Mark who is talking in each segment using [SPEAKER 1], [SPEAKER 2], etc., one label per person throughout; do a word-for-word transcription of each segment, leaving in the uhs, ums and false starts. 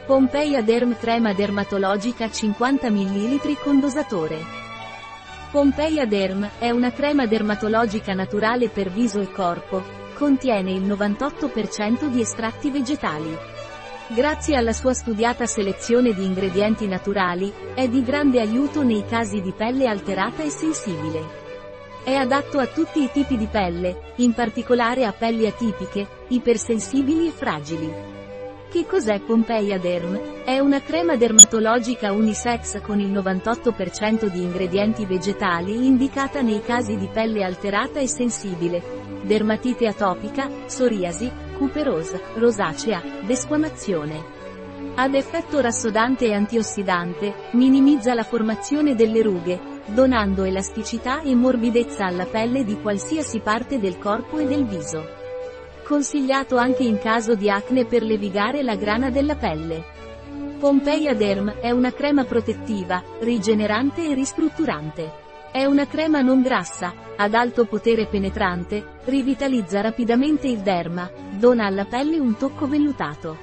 [SPEAKER 1] Pompeia Derm crema dermatologica cinquanta millilitri con dosatore. Pompeia Derm è una crema dermatologica naturale per viso e corpo, contiene il novantotto per cento di estratti vegetali. Grazie alla sua studiata selezione di ingredienti naturali, è di grande aiuto nei casi di pelle alterata e sensibile. È adatto a tutti i tipi di pelle, in particolare a pelli atipiche, ipersensibili e fragili. Che cos'è Pompeia Derm? È una crema dermatologica unisex con il novantotto per cento di ingredienti vegetali indicata nei casi di pelle alterata e sensibile, dermatite atopica, psoriasi, cuperosa, rosacea, desquamazione. Ad effetto rassodante e antiossidante, minimizza la formazione delle rughe, donando elasticità e morbidezza alla pelle di qualsiasi parte del corpo e del viso. Consigliato anche in caso di acne per levigare la grana della pelle. Pompeia Derm è una crema protettiva, rigenerante e ristrutturante. È una crema non grassa, ad alto potere penetrante, rivitalizza rapidamente il derma, dona alla pelle un tocco vellutato.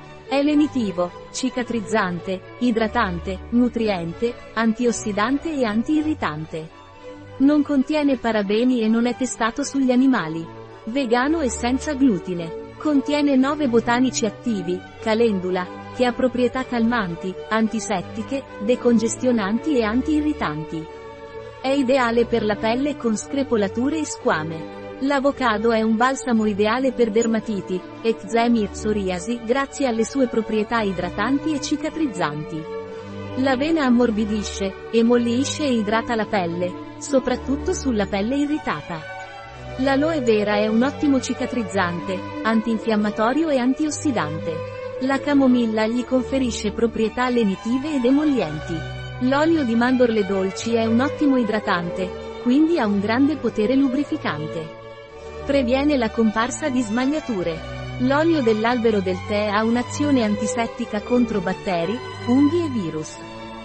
[SPEAKER 1] È lenitivo, cicatrizzante, idratante, nutriente, antiossidante e anti-irritante. Non contiene parabeni e non è testato sugli animali. Vegano e senza glutine. Contiene nove botanici attivi, calendula, che ha proprietà calmanti, antisettiche, decongestionanti e anti-irritanti. È ideale per la pelle con screpolature e squame. L'avocado è un balsamo ideale per dermatiti, eczemi e psoriasi grazie alle sue proprietà idratanti e cicatrizzanti. L'avena ammorbidisce, emollisce e idrata la pelle, soprattutto sulla pelle irritata. L'aloe vera è un ottimo cicatrizzante, antinfiammatorio e antiossidante. La camomilla gli conferisce proprietà lenitive ed emollienti. L'olio di mandorle dolci è un ottimo idratante, quindi ha un grande potere lubrificante. Previene la comparsa di smagliature. L'olio dell'albero del tè ha un'azione antisettica contro batteri, funghi e virus.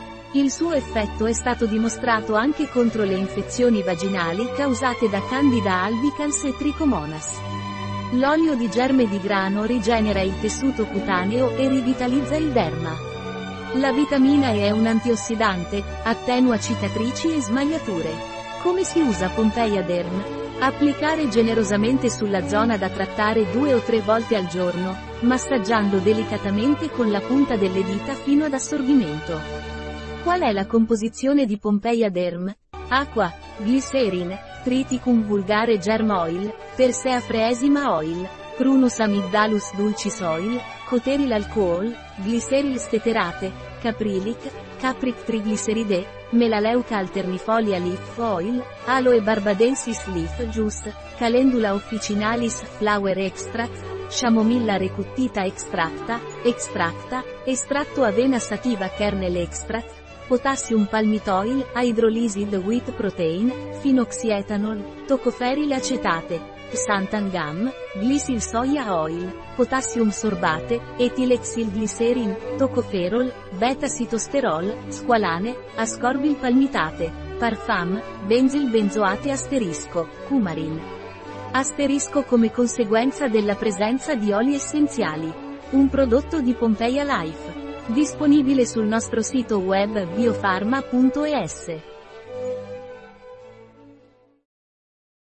[SPEAKER 1] Il suo effetto è stato dimostrato anche contro le infezioni vaginali causate da Candida albicans e Trichomonas. L'olio di germe di grano rigenera il tessuto cutaneo e rivitalizza il derma. La vitamina E è un antiossidante, attenua cicatrici e smagliature. Come si usa Pompeia Derm? Applicare generosamente sulla zona da trattare due o tre volte al giorno, massaggiando delicatamente con la punta delle dita fino ad assorbimento. Qual è la composizione di Pompeia Derm? Acqua, glycerin, Triticum vulgare germ oil, Persea freesima oil, Prunus amygdalus dulcis oil, Coteryl alcohol, Glyceryl steterate, Caprilic, Capric triglyceride, Melaleuca alternifolia leaf oil, Aloe barbadensis leaf juice, Calendula officinalis flower extract, Chamomilla recuttita extracta, extracta, estratto avena sativa kernel extract, Potassium palmitoil, hydrolyzed wheat protein, phenoxyethanol, Tocopheril acetate, xanthan-gum, glycyl soya oil, Potassium sorbate, etilexylglycerin, Tocopherol, beta-sitosterol, squalane, ascorbil palmitate, Parfum, benzil benzoate asterisco, cumarin. Asterisco come conseguenza della presenza di oli essenziali. Un prodotto di Pompeia Life. Disponibile sul nostro sito web biofarma punto es.